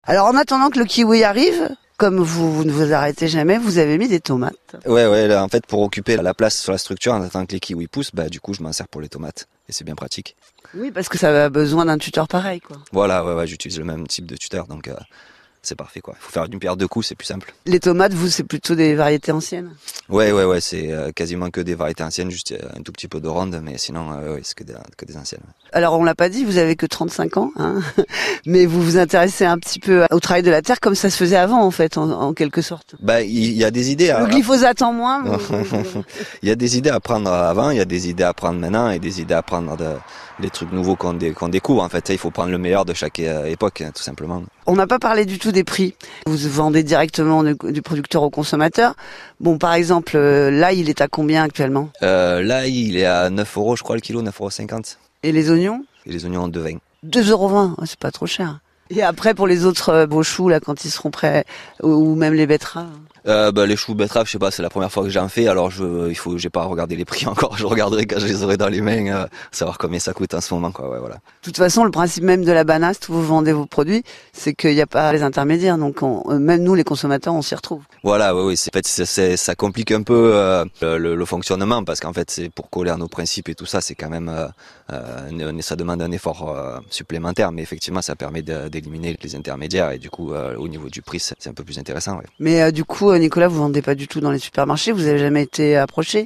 Alors en attendant que le kiwi arrive, comme vous ne vous arrêtez jamais, vous avez mis des tomates. Ouais, là, en fait, pour occuper la place sur la structure en attendant que les kiwis poussent, du coup, je m'en sers pour les tomates. Et c'est bien pratique. Oui, parce que ça a besoin d'un tuteur pareil, quoi. Voilà, ouais, j'utilise le même type de tuteur, donc c'est parfait, quoi. Il faut faire une paire de coups, c'est plus simple. Les tomates, vous, c'est plutôt des variétés anciennes? Ouais, c'est quasiment que des variétés anciennes, juste un tout petit peu de ronde, mais sinon, c'est que des anciennes. Alors on l'a pas dit, vous avez que 35 ans, hein, mais vous vous intéressez un petit peu au travail de la terre comme ça se faisait avant, en fait, en quelque sorte. Il y a des idées. Le glyphosate en moins. Il y a des idées à prendre avant, il y a des idées à prendre maintenant et des idées à prendre des trucs nouveaux qu'on découvre. En fait, il faut prendre le meilleur de chaque époque, tout simplement. On n'a pas parlé du tout des prix. Vous vendez directement du producteur au consommateur. Bon, par exemple, l'ail, il est à combien actuellement? L'ail, il est à 9 euros, je crois, le kilo, 9,50 €. Et les oignons? Et les oignons, 2,20 €. 2,20 €, c'est pas trop cher. Et après, pour les autres beaux choux, là, quand ils seront prêts, ou même les betteraves? Les choux betteraves, je sais pas, c'est la première fois que j'en fais, alors j'ai pas regardé les prix encore, je regarderai quand je les aurai dans les mains, savoir combien ça coûte en ce moment, quoi, ouais, voilà. De toute façon, le principe même de la banaste où vous vendez vos produits, c'est qu'il n'y a pas les intermédiaires, donc même nous, les consommateurs, on s'y retrouve. Voilà, oui, en fait, ça complique un peu le fonctionnement, parce qu'en fait, c'est pour coller à nos principes et tout ça, c'est quand même, ça demande un effort supplémentaire, mais effectivement, ça permet d'éliminer les intermédiaires, et du coup, au niveau du prix, c'est un peu plus intéressant, ouais. Mais du coup, Nicolas, vous vendez pas du tout dans les supermarchés, vous avez jamais été approché?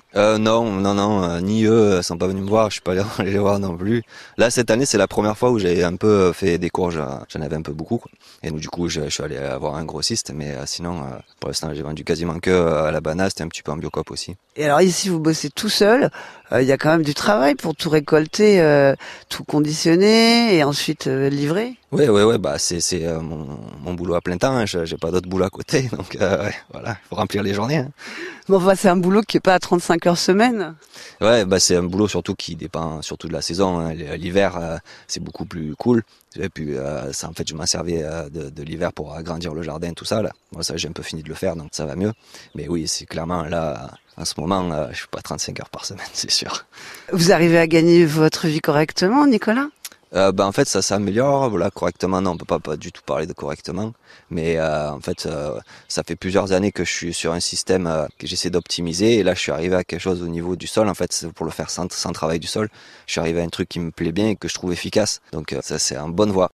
Non, ni eux sont pas venus me voir, je suis pas allé les voir non plus. Là, cette année, c'est la première fois où j'ai un peu fait des courges, j'en avais un peu beaucoup, quoi. Et donc, du coup, je suis allé voir un grossiste, mais sinon, pour l'instant, j'ai vendu quasiment que à la banaste et un petit peu en Biocoop aussi. Et alors ici, vous bossez tout seul, il y a quand même du travail pour tout récolter, tout conditionner et ensuite livrer. Ouais, c'est mon boulot à plein temps, hein. J'ai pas d'autre boulot à côté, donc voilà, il faut remplir les journées, hein. Bon, enfin, c'est un boulot qui est pas à 35 heures semaine. Ouais, c'est un boulot surtout qui dépend surtout de la saison, hein. L'hiver, c'est beaucoup plus cool. Et puis, ça, en fait, je m'en servais de l'hiver pour agrandir le jardin, tout ça, là. Moi, ça, j'ai un peu fini de le faire, donc ça va mieux. Mais oui, c'est clairement, là, en ce moment, je suis pas 35 heures par semaine, c'est sûr. Vous arrivez à gagner votre vie correctement, Nicolas? En fait, ça s'améliore. Voilà, correctement, non, on peut pas du tout parler de correctement. Mais en fait, ça fait plusieurs années que je suis sur un système que j'essaie d'optimiser. Et là, je suis arrivé à quelque chose au niveau du sol. En fait, pour le faire sans travail du sol, je suis arrivé à un truc qui me plaît bien et que je trouve efficace. Donc ça, c'est en bonne voie.